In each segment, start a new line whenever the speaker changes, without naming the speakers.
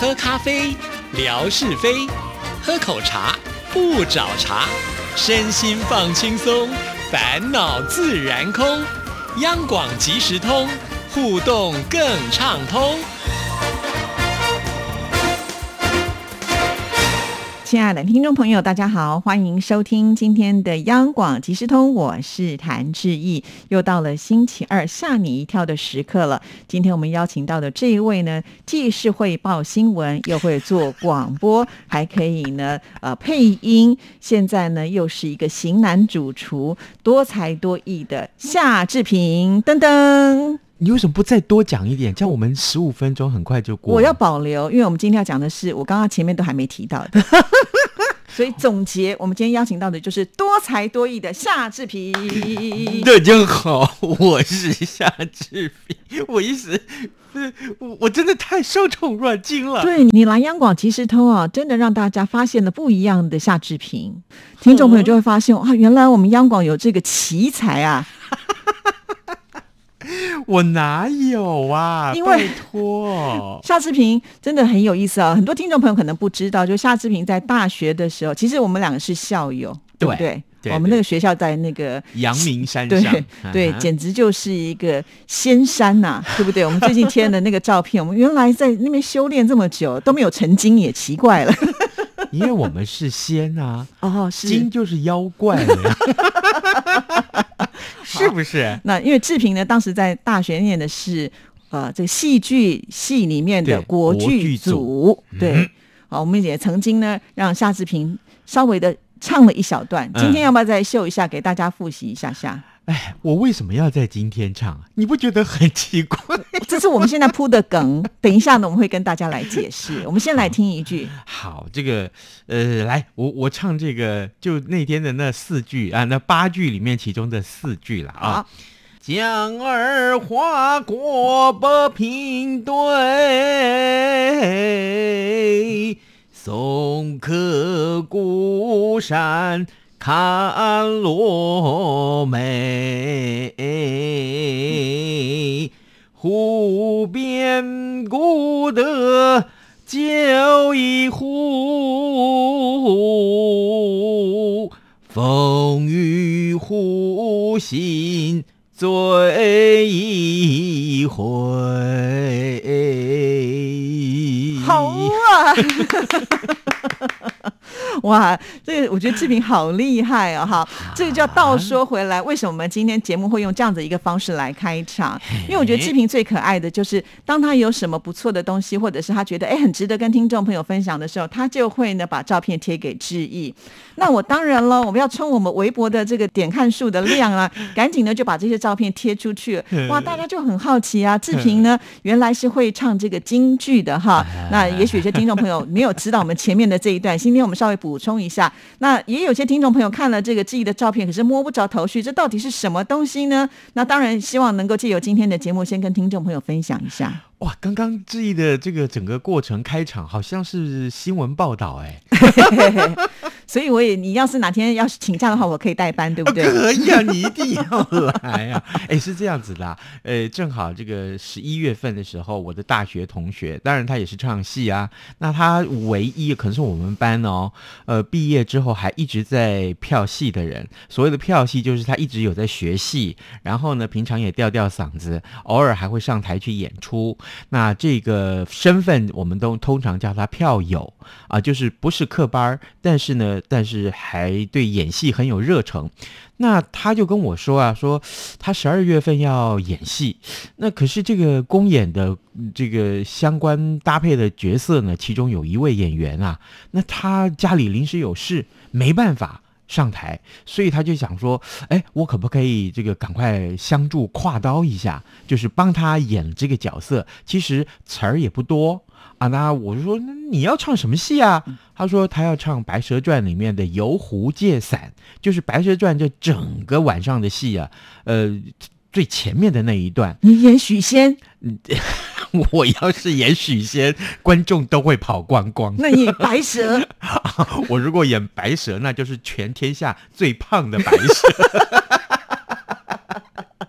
喝咖啡，聊是非；喝口茶，不找茬。身心放轻松，烦恼自然空。央广即时通，互动更畅通。
亲爱的听众朋友，大家好，欢迎收听今天的央广即时通，我是谭志毅。又到了星期二吓你一跳的时刻了。今天我们邀请到的这一位呢，既是会报新闻，又会做广播，还可以呢配音，现在呢又是一个型男主厨，多才多艺的夏志平，噔噔。
你为什么不再多讲一点？这样我们15分钟很快就过了。
我要保留，因为我们今天要讲的是我刚刚前面都还没提到的所以总结，我们今天邀请到的就是多才多艺的夏志平。
大家好，我是夏志平。我真的太受宠若惊了。
对，你来央广即时通啊，真的让大家发现了不一样的夏志平。听众朋友就会发现啊，原来我们央广有这个奇才啊。
我哪有啊？
因为
拜托，
夏志平真的很有意思啊！很多听众朋友可能不知道，就夏志平在大学的时候，其实我们两个是校友，对不对？
对，
我们那个学校在那个
阳明山上，
对，简直就是一个仙山呐，对不对？我们最近贴的那个照片，我们原来在那边修炼这么久都没有成精，也奇怪了。
因为我们是仙啊，
是
精就是妖怪了呀。是不是？
那因为志平呢，当时在大学念的是这个戏剧系里面的国剧组，对，好，我们也曾经呢让夏志平稍微的唱了一小段，今天要不要再秀一下，给大家复习一下下？
哎，我为什么要在今天唱？你不觉得很奇怪？
这是我们现在铺的梗，等一下呢我们会跟大家来解释。我们先来听一句。
好，这个来，我唱这个，就那天的那4句啊，那8句里面其中的4句了啊。江儿划过北平对，送客孤山看落梅，湖边孤得酒一壶，风雨忽醒醉一回。
好啊哇，这个我觉得志平好厉害哦！哈，这个就要倒说回来，为什么我们今天节目会用这样的一个方式来开场？因为我觉得志平最可爱的就是，当他有什么不错的东西，或者是他觉得很值得跟听众朋友分享的时候，他就会呢把照片贴给志毅。那我当然了，我们要冲我们微博的这个点看数的量啊，赶紧呢就把这些照片贴出去。哇，大家就很好奇啊，志平呢原来是会唱这个京剧的哈。那也许有些听众朋友没有知道我们前面的这一段，今天我们稍微补充一下。那也有些听众朋友看了这个志毅的照片，可是摸不着头绪，这到底是什么东西呢？那当然希望能够借由今天的节目，先跟听众朋友分享一下。
哇，刚刚志毅的这个整个过程开场好像是新闻报道
所以你要是哪天要请假的话，我可以代班，对不对？
可以啊，你一定要来啊！是这样子的正好这个11月份的时候，我的大学同学，当然他也是唱戏啊，那他唯一可能是我们班毕业之后还一直在票戏的人。所谓的票戏就是他一直有在学戏，然后呢平常也吊嗓子，偶尔还会上台去演出。那这个身份我们都通常叫他票友啊，就是不是科班，但是还对演戏很有热诚。那他就跟我说说他12月份要演戏，那可是这个公演的这个相关搭配的角色呢，其中有一位演员那他家里临时有事，没办法上台，所以他就想说我可不可以这个赶快相助跨刀一下，就是帮他演这个角色，其实词儿也不多那我就说你要唱什么戏啊？他说他要唱《白蛇传》里面的游湖借伞，就是《白蛇传》这整个晚上的戏最前面的那一段。
你演许仙？
我要是演许仙，观众都会跑光光。
那你白蛇？
我如果演白蛇，那就是全天下最胖的白蛇。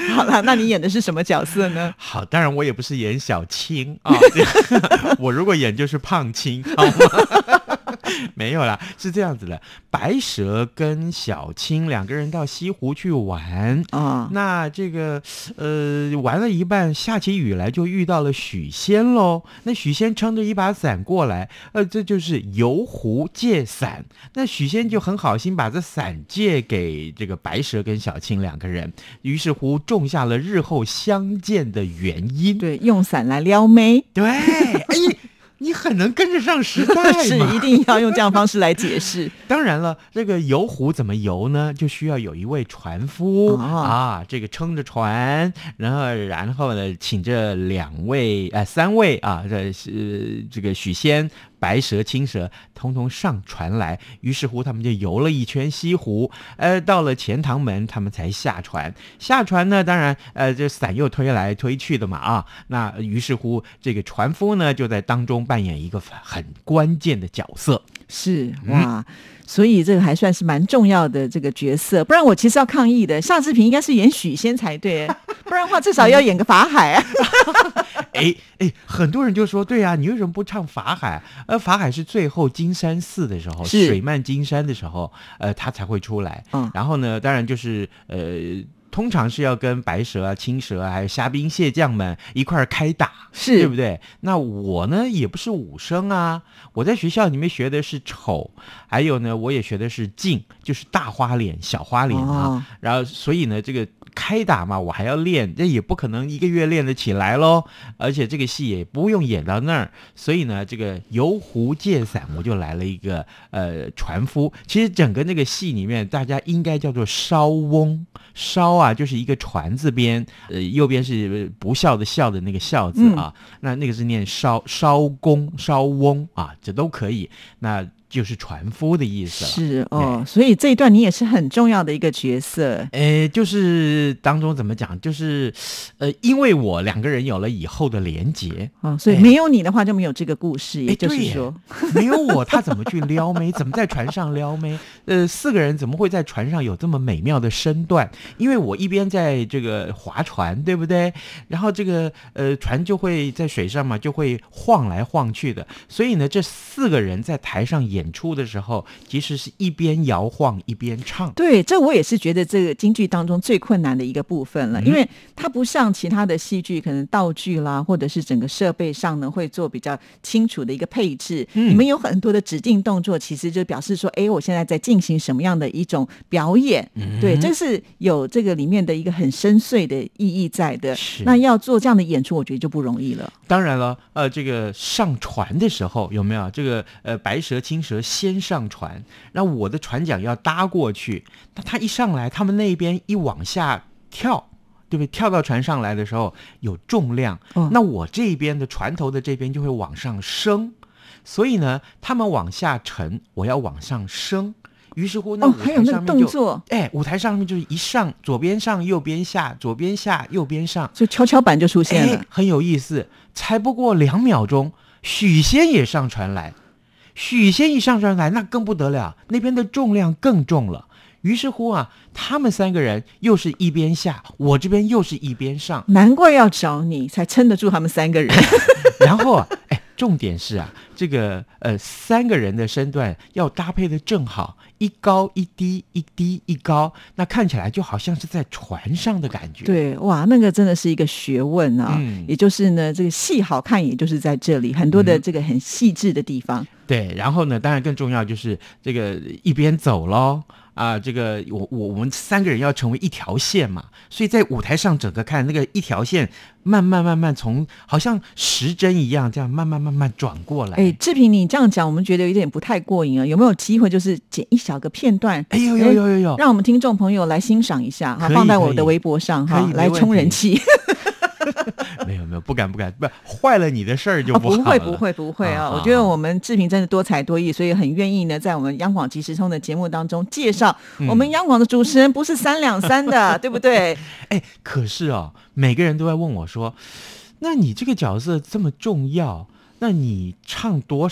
好了，那你演的是什么角色呢？
好，当然我也不是演小青啊，我如果演就是胖青，好吗？没有啦，是这样子的，白蛇跟小青两个人到西湖去玩
啊，
那这个玩了一半，下起雨来，就遇到了许仙喽。那许仙撑着一把伞过来，这就是游湖借伞。那许仙就很好心把这伞借给这个白蛇跟小青两个人，于是乎种下了日后相见的原因。
对，用伞来撩妹。
对，哎。你很能跟着上时代嘛，
是一定要用这样的方式来解释。
当然了，这个游湖怎么游呢？就需要有一位船夫、这个撑着船，然后呢，请这三位啊，这个许仙、白蛇、青蛇通通上船来，于是乎他们就游了一圈西湖，到了钱塘门，他们才下船。下船呢，当然这伞又推来推去的嘛啊，那于是乎这个船夫呢就在当中扮演一个很关键的角色。
是哇，所以这个还算是蛮重要的这个角色，不然我其实要抗议的，夏志平应该是演许仙才对，不然的话至少要演个法海啊。
很多人就说，对啊，你为什么不唱法海？法海是最后金山寺的时候，水漫金山的时候，他才会出来。然后呢，当然就是通常是要跟白蛇啊、青蛇啊，还有虾兵蟹将们一块儿开打，
是
对不对？那我呢也不是武生啊，我在学校里面学的是丑，还有呢我也学的是净，就是大花脸、小花脸啊。然后所以呢这个开打嘛，我还要练，这也不可能一个月练得起来咯，而且这个戏也不用演到那儿，所以呢这个游湖借伞我就来了一个船夫。其实整个那个戏里面大家应该叫做烧翁，烧啊就是一个船字边，右边是不孝的孝的那个孝字啊，那个是念烧公烧翁啊，这都可以，那就是船夫的意思了。
是哦，所以这一段你也是很重要的一个角色。
就是当中怎么讲，就是因为我两个人有了以后的连结
所以没有你的话就没有这个故事，也就是说
没有我他怎么去撩妹，怎么在船上撩妹四个人怎么会在船上有这么美妙的身段？因为我一边在这个划船，对不对？然后这个船就会在水上嘛，就会晃来晃去的，所以呢这四个人在台上演出的时候，其实是一边摇晃一边唱。
对，这我也是觉得这个京剧当中最困难的一个部分了，因为它不像其他的戏剧，可能道具啦，或者是整个设备上呢，会做比较清楚的一个配置。你们有很多的指定动作，其实就表示说，我现在在进行什么样的一种表演。对，这是有这个里面的一个很深邃的意义在的。那要做这样的演出，我觉得就不容易了。
当然了，这个上船的时候有没有这个白蛇青蛇先上船，那我的船桨要搭过去，那他一上来，他们那边一往下跳，对不对？跳到船上来的时候有重量，那我这边的船头的这边就会往上升，所以呢他们往下沉，我要往上升，于是乎那舞台上面
还有那个动作，
舞台上面就是一上左边上右边下，左边下右边上，
就跷跷板就出现了，
很有意思。才不过2秒钟，许仙也上船来，许仙一上船来那更不得了，那边的重量更重了。于是乎啊，他们3个人又是一边下，我这边又是一边上，
难怪要找你才撑得住他们3个人。
然后啊，重点是啊，这个3个人的身段要搭配的正好，一高一低，一低一高，那看起来就好像是在船上的感觉。
对，哇，那个真的是一个学问啊。也就是呢，这个戏好看，也就是在这里很多的这个很细致的地方。
对，然后呢，当然更重要就是这个一边走咯。这个我们3个人要成为一条线嘛，所以在舞台上整个看那个一条线慢慢从好像时针一样这样慢慢转过来。
志平你这样讲我们觉得有点不太过瘾啊，有没有机会就是剪一小个片段？
有，
让我们听众朋友来欣赏一下哈，放在我的微博上哈，来冲人气。
没有，不敢，不坏了你的事儿就不好了。
不会啊！我觉得我们志平真的多才多艺，所以很愿意呢，在我们央广即时通的节目当中介绍我们央广的主持人不是3两3的，对不对？
可是每个人都在问我说，那你这个角色这么重要，那你唱多少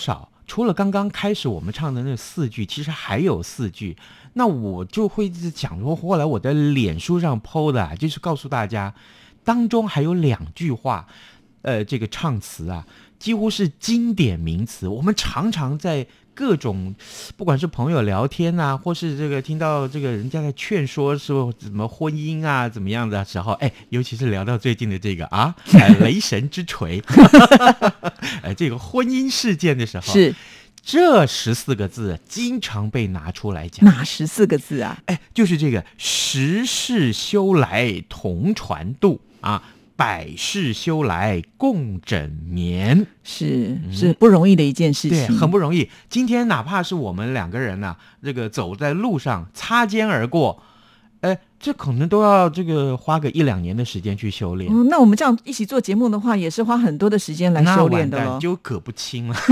除了刚刚开始我们唱的那4句，其实还有4句。那我就会一直讲说，后来我在脸书上 po 的就是告诉大家，当中还有2句话，这个唱词啊，几乎是经典名词。我们常常在各种不管是朋友聊天啊，或是这个听到这个人家在劝说说什么婚姻啊怎么样的时候，尤其是聊到最近的这个雷神之锤这个婚姻事件的时候，
是
这14个字经常被拿出来讲。
哪14个字啊？
就是这个十事修来同船渡啊，百事修来共枕眠，
是不容易的一件事情，
对，很不容易。今天哪怕是我们2个人啊，这个走在路上擦肩而过，这可能都要这个花个1-2年的时间去修炼。
那我们这样一起做节目的话，也是花很多的时间来修炼的咯，
那完蛋就可不清了。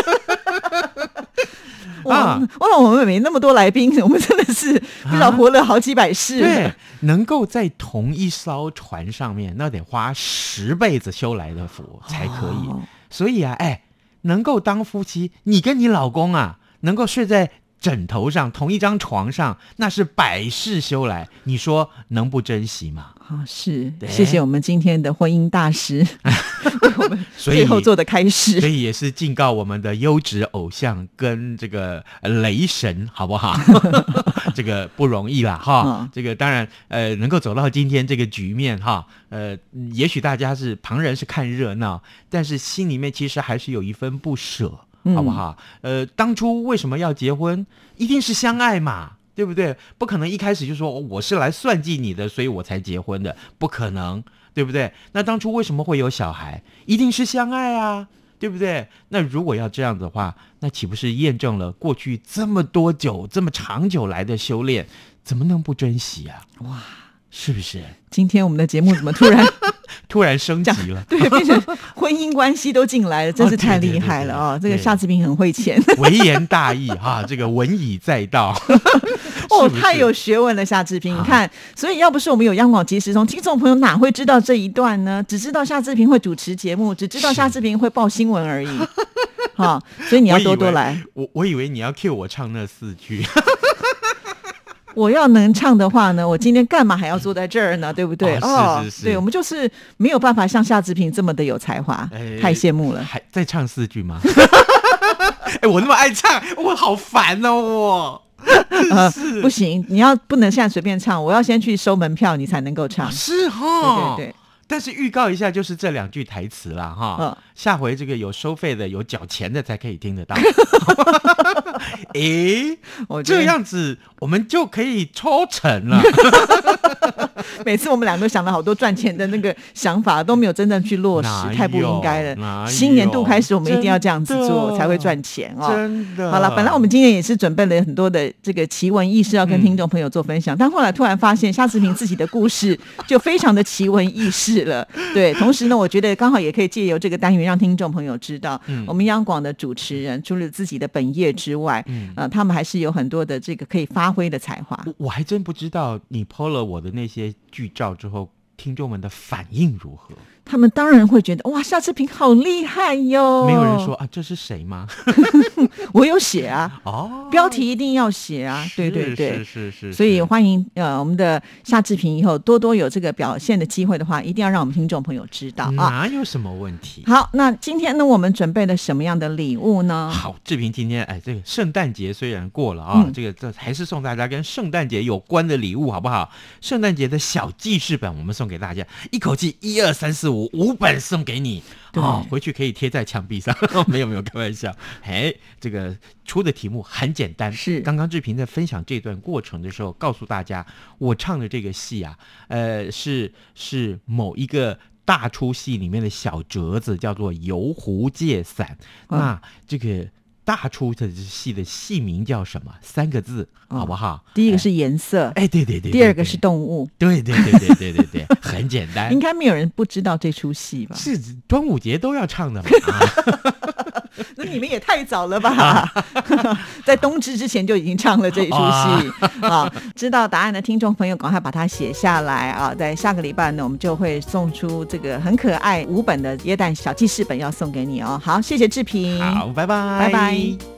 哇，我们没那么多来宾，我们真的是不知道活了好几百世。
对，能够在同一艘船上面，那得花10辈子修来的福才可以。所以啊，能够当夫妻，你跟你老公啊，能够睡在枕头上同一张床上，那是百事修来，你说能不珍惜吗？
是，谢谢我们今天的婚姻大师为我们最后做的开始。
所以也是敬告我们的优质偶像跟这个雷神，好不好？这个不容易啦哈。这个当然能够走到今天这个局面哈，也许大家是旁人是看热闹，但是心里面其实还是有一分不舍，好不好？当初为什么要结婚？一定是相爱嘛，对不对？不可能一开始就说我是来算计你的，所以我才结婚的，不可能，对不对？那当初为什么会有小孩？一定是相爱啊，对不对？那如果要这样的话，那岂不是验证了过去这么多久、这么长久来的修炼，怎么能不珍惜啊？哇，是不是？
今天我们的节目怎么突然
升级了？
对，变成婚姻关系都进来了，真是太厉害了哦！这个夏志平很会钱，
微言大义哈，这个文以载道。
太有学问了，夏志平，你看，所以要不是我们有央广即时通，听众朋友哪会知道这一段呢？只知道夏志平会主持节目，只知道夏志平会报新闻而已。所以你要多多来。
我以为你要 cue 我唱那4句。
我要能唱的话呢，我今天干嘛还要坐在这儿呢？对不对？
是，
对，我们就是没有办法像夏志平这么的有才华，太羡慕了。
还再唱4句吗？我那么爱唱，我好烦哦，我。
不行，你不能现在随便唱，我要先去收门票，你才能够唱。
是哈，
对。
但是预告一下，就是这2句台词啦哈。下回这个有收费的、有缴钱的才可以听得到。这样子我们就可以抽成了。
每次我们2个都想了好多赚钱的那个想法，都没有真正去落实，太不应该了。新年度开始，我们一定要这样子做，才会赚钱哦。
真的。
好了，本来我们今天也是准备了很多的这个奇闻异事要跟听众朋友做分享，但后来突然发现夏志平自己的故事就非常的奇闻异事了。对，同时呢，我觉得刚好也可以借由这个单元让听众朋友知道，我们央广的主持人除了自己的本业之外，他们还是有很多的这个可以发挥的才华。
我还真不知道你 po 了我的那些剧照之后，听众们的反应如何？
他们当然会觉得哇，夏志平好厉害哟！
没有人说这是谁吗？
我有写啊，标题一定要写啊，对，
是。
所以欢迎我们的夏志平以后多多有这个表现的机会的话，一定要让我们听众朋友知道啊，
哪有什么问题？
好，那今天呢，我们准备了什么样的礼物呢？
好，志平今天这个圣诞节虽然过了啊，这还是送大家跟圣诞节有关的礼物，好不好？圣诞节的小记事本我们送给大家，一口气1、2、3、4、5本送给你。回去可以贴在墙壁上。没有开玩笑。这个出的题目很简单，
是
刚刚志平在分享这段过程的时候告诉大家，我唱的这个戏啊，是某一个大出戏里面的小折子，叫做游湖借伞。那这个大出的戏的戏名叫什么？3个字，好不好？
第一个是颜色，
对，
第二个是动物，
对，很简单。
应该没有人不知道这出戏吧？
是端午节都要唱的嘛。
那你们也太早了吧？在冬至之前就已经唱了这一出戏啊！知道答案的听众朋友，赶快把它写下来啊！在下个礼拜呢，我们就会送出这个很可爱5本的耶诞小记事本要送给你哦。好，谢谢志平，
好，拜拜，
拜拜。